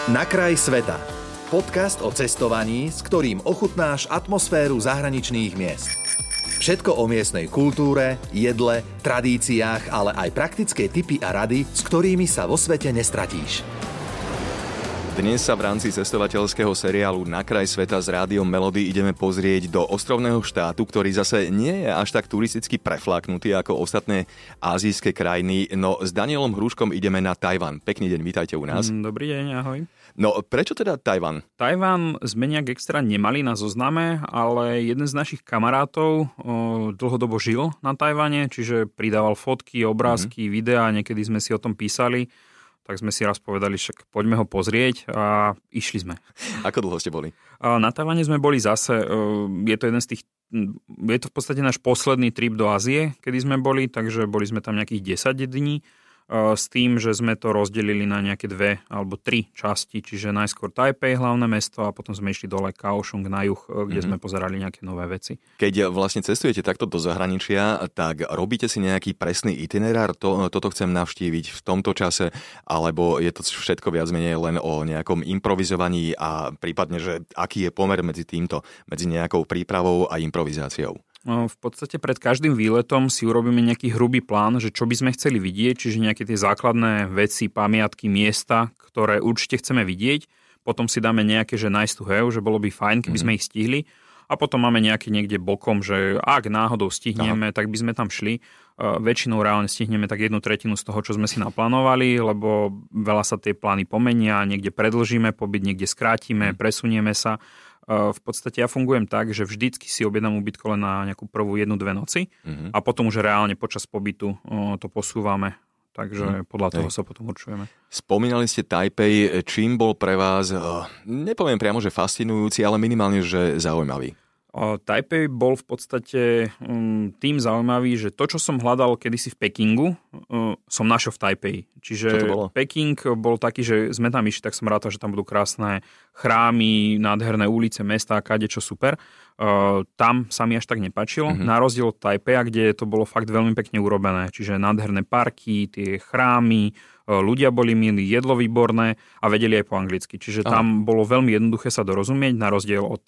Na kraj sveta. Podcast o cestovaní, s ktorým ochutnáš atmosféru zahraničných miest. Všetko o miestnej kultúre, jedle, tradíciách, ale aj praktické tipy a rady, s ktorými sa vo svete nestratíš. Dnes sa v rámci cestovateľského seriálu Na kraj sveta s rádiom Melody ideme pozrieť do ostrovného štátu, ktorý zase nie je až tak turisticky prefláknutý ako ostatné ázijské krajiny. No s Danielom Hruškom ideme na Tajvan. Pekný deň, vítajte u nás. Dobrý deň, ahoj. No prečo teda Tajvan? Tajvan sme nejak extra nemali na zozname, ale jeden z našich kamarátov dlhodobo žil na Tajvane, čiže pridával fotky, obrázky, videá, niekedy sme si o tom písali. Tak sme si raz povedali, však poďme ho pozrieť a išli sme. Ako dlho ste boli? Na Tajvane sme boli zase, je to v podstate náš posledný trip do Ázie, kedy sme boli, takže boli sme tam nejakých 10 dní. S tým, že sme to rozdelili na nejaké 2 alebo 3 časti, čiže najskôr Taipei, hlavné mesto, a potom sme išli dole Kaohsiung na juh, kde sme pozerali nejaké nové veci. Keď vlastne cestujete takto do zahraničia, tak robíte si nejaký presný itinerár, toto chcem navštíviť v tomto čase, alebo je to všetko viac menej len o nejakom improvizovaní a prípadne, že aký je pomer medzi týmto, medzi nejakou prípravou a improvizáciou? V podstate pred každým výletom si urobíme nejaký hrubý plán, že čo by sme chceli vidieť, čiže nejaké tie základné veci, pamiatky, miesta, ktoré určite chceme vidieť. Potom si dáme nejaké, že nice to have, že bolo by fajn, keby sme ich stihli. A potom máme nejaké niekde bokom, že ak náhodou stihneme, tak by sme tam šli. Väčšinou reálne stihneme tak 1/3 z toho, čo sme si naplánovali, lebo veľa sa tie plány pomenia, niekde predĺžime pobyt, niekde skrátime, presunieme sa. V podstate ja fungujem tak, že vždycky si objednám ubytko len na nejakú prvú 1-2 noci a potom už reálne počas pobytu to posúvame. Takže podľa toho sa potom určujeme. Spomínali ste Taipei, čím bol pre vás, nepoviem priamo, že fascinujúci, ale minimálne, že zaujímavý? Taipei bol v podstate tým zaujímavý, že to, čo som hľadal kedysi v Pekingu, som našiel v Taipei. Čiže Peking bol taký, že sme tam išli, tak som rátal, že tam budú krásne chrámy, nádherné ulice, mestá, kadečo super. Tam sa mi až tak nepáčilo. Na rozdiel od Taipei, kde to bolo fakt veľmi pekne urobené. Čiže nádherné parky, tie chrámy, ľudia boli milí, jedlo výborné a vedeli aj po anglicky. Čiže tam bolo veľmi jednoduché sa dorozumieť, na rozdiel od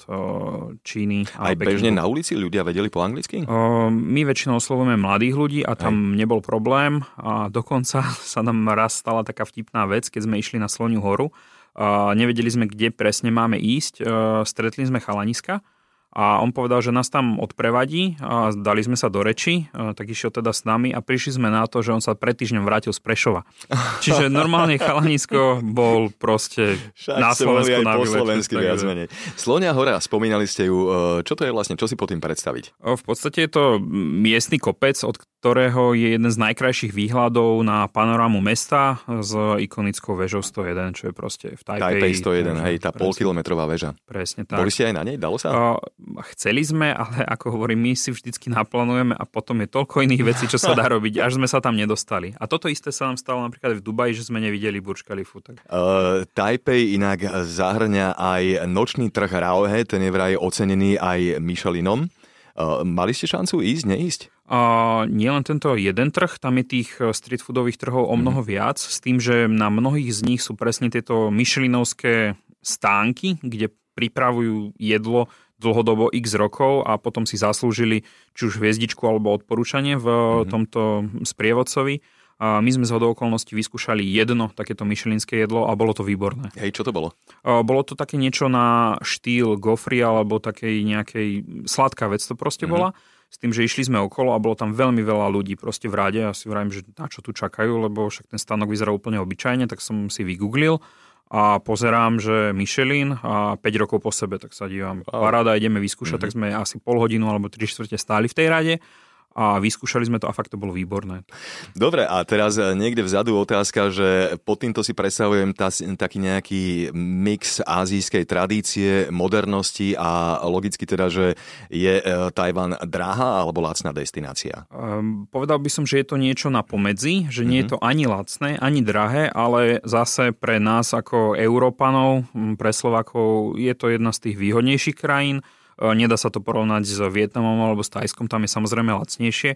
Číny a Aj bežne na ulici ľudia vedeli po anglicky? My väčšinou oslovujeme mladých ľudí a tam nebol problém. A dokonca sa nám raz stala taká vtipná vec, keď sme išli na Sloniu horu. Nevedeli sme, kde presne máme ísť. Stretli sme chalaniska. A on povedal, že nás tam odprevadí a dali sme sa do reči, tak išiel teda s nami a prišli sme na to, že on sa pred týždňom vrátil z Prešova. Čiže normálne chalanisko bol proste na Slovensku na výlet. Slovensky viac menej. Slonia hora, spomínali ste ju. Čo to je vlastne? Čo si pod tým predstaviť? V podstate je to miestny kopec, od ktorého je jeden z najkrajších výhľadov na panorámu mesta s ikonickou väžou 101, čo je proste v Taipei. Taipei 101, hej, tá polkilometrová väža. Presne tak. Boli ste aj na nej? Dalo sa? Chceli sme, ale ako hovorím, my si vždycky naplánujeme a potom je toľko iných vecí, čo sa dá robiť, až sme sa tam nedostali. A toto isté sa nám stalo napríklad v Dubaji, že sme nevideli Burj Khalifu. Tak. Taipei inak zahŕňa aj nočný trh Raohe, ten je vraj ocenený aj Michelinom. Mali ste šancu ísť, neísť? Nie len tento jeden trh, tam je tých street foodových trhov o mnoho viac, s tým, že na mnohých z nich sú presne tieto michelinovské stánky, kde pripravujú jedlo dlhodobo x rokov a potom si zaslúžili či už hviezdičku alebo odporúčanie v tomto sprievodcovi. A my sme zhodou okolností vyskúšali jedno takéto michelinské jedlo a bolo to výborné. Hej, čo to bolo? Bolo to také niečo na štýl gofry alebo takej nejakej sladká vec to proste bola. S tým, že išli sme okolo a bolo tam veľmi veľa ľudí proste v ráde. Ja si vravím, že na čo tu čakajú, lebo však ten stánok vyzerá úplne obyčajne, tak som si vygooglil a pozerám, že Michelin a 5 rokov po sebe, tak sa dívam. Paráda, ideme vyskúšať, tak sme asi pol hodinu alebo 3/4 stáli v tej rade a vyskúšali sme to a fakt to bolo výborné. Dobre, a teraz niekde vzadu otázka, že pod týmto si predstavujem taký nejaký mix ázijskej tradície, modernosti a logicky teda, že je Tajvan drahá alebo lacná destinácia? Povedal by som, že je to niečo na pomedzi, že nie je to ani lacné, ani drahé, ale zase pre nás ako Európanov, pre Slovákov je to jedna z tých výhodnejších krajín. Nedá sa to porovnať s Vietnamom alebo s Thajskom, tam je samozrejme lacnejšie,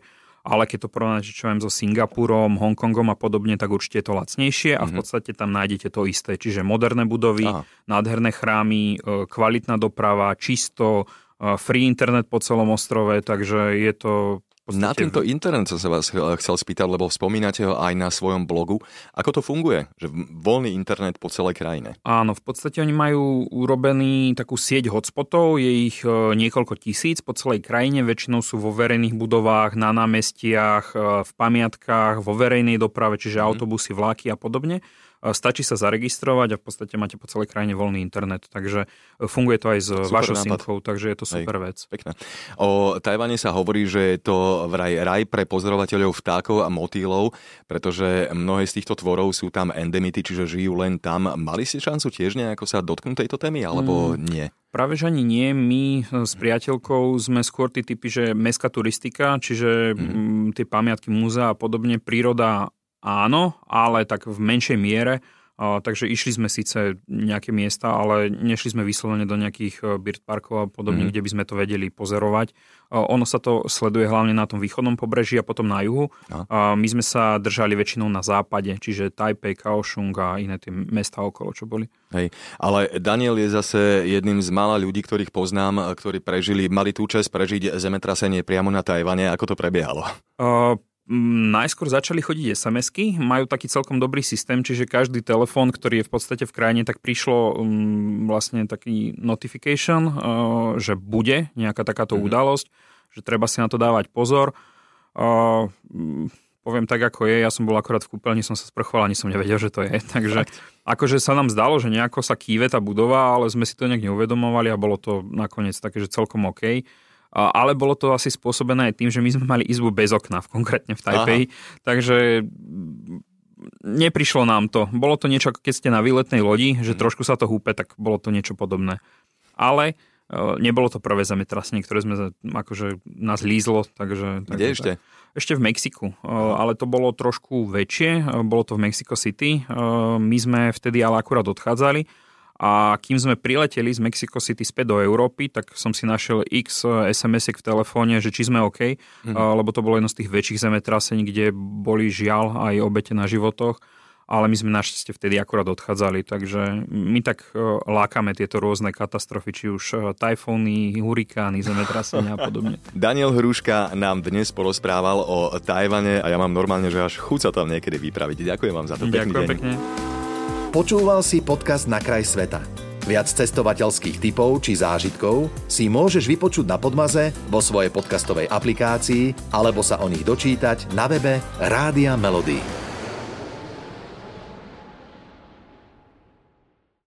ale keď to porovnáte, čo viem, so Singapurom, Hongkongom a podobne, tak určite je to lacnejšie a v podstate tam nájdete to isté. Čiže moderné budovy, nádherné chrámy, kvalitná doprava, čisto, free internet po celom ostrove, takže je to... Na tento internet som sa vás chcel spýtať, lebo spomínate ho aj na svojom blogu. Ako to funguje? Že voľný internet po celej krajine? Áno, v podstate oni majú urobený takú sieť hotspotov, je ich niekoľko tisíc po celej krajine, väčšinou sú vo verejných budovách, na námestiach, v pamiatkách, vo verejnej doprave, čiže autobusy, vláky a podobne. Stačí sa zaregistrovať a v podstate máte po celej krajine voľný internet, takže funguje to aj s vašou simkou, takže je to super vec. Pekné. O Tajvane sa hovorí, že je to vraj raj pre pozorovateľov vtákov a motýlov, pretože mnohé z týchto tvorov sú tam endemity, čiže žijú len tam. Mali ste šancu tiež nejako sa dotknúť tejto témy, alebo nie? Práve že ani nie. My s priateľkou sme skôr tí typy, že mestská turistika, čiže tie pamiatky, múzea a podobne, príroda áno, ale tak v menšej miere. Takže išli sme síce nejaké miesta, ale nešli sme vyslovene do nejakých bird parkov a podobne, kde by sme to vedeli pozorovať. Ono sa to sleduje hlavne na tom východnom pobreží a potom na juhu. My sme sa držali väčšinou na západe, čiže Taipei, Kaohsiung a iné tie mestá okolo, čo boli. Hej, ale Daniel je zase jedným z mála ľudí, ktorých poznám, ktorí mali tú časť prežiť zemetrasenie priamo na Tajvane. Ako to prebiehalo? Najskôr začali chodiť SMS-ky, majú taký celkom dobrý systém, čiže každý telefón, ktorý je v podstate v krajine, tak prišlo vlastne taký notification, že bude nejaká takáto udalosť, že treba si na to dávať pozor. Poviem tak, ako je, ja som bol akorát v kúpeľni, som sa sprchoval, ani som nevedel, že to je. Takže akože sa nám zdalo, že nejako sa kýve tá budova, ale sme si to nejak neuvedomovali a bolo to nakoniec také, že celkom OK. Ale bolo to asi spôsobené aj tým, že my sme mali izbu bez okna, konkrétne v Taipei, takže neprišlo nám to. Bolo to niečo, keď ste na výletnej lodi, že trošku sa to húpe, tak bolo to niečo podobné. Ale nebolo to prvé zemetrasenie, ktoré akože nás lízlo. Takže kde ešte? Ešte v Mexiku, ale to bolo trošku väčšie, bolo to v Mexico City. My sme vtedy ale akurát odchádzali. A kým sme prileteli z Mexico City späť do Európy, tak som si našiel x SMS-iek v telefóne, že či sme OK, lebo to bolo jedno z tých väčších zemetrasení, kde boli žiaľ aj obete na životoch, ale my sme našťastie vtedy akurát odchádzali, takže my tak lákame tieto rôzne katastrofy, či už tajfóny, hurikány, zemetrasenia a podobne. Daniel Hrúška nám dnes porozprával o Tajvane a ja mám normálne, že až chuť sa tam niekedy vypraviť. Ďakujem vám za to. Pekný deň. Pekne. Počúval si podcast Na kraj sveta. Viac cestovateľských tipov či zážitkov si môžeš vypočuť na Podmaze, vo svojej podcastovej aplikácii alebo sa o nich dočítať na webe Rádia Melody.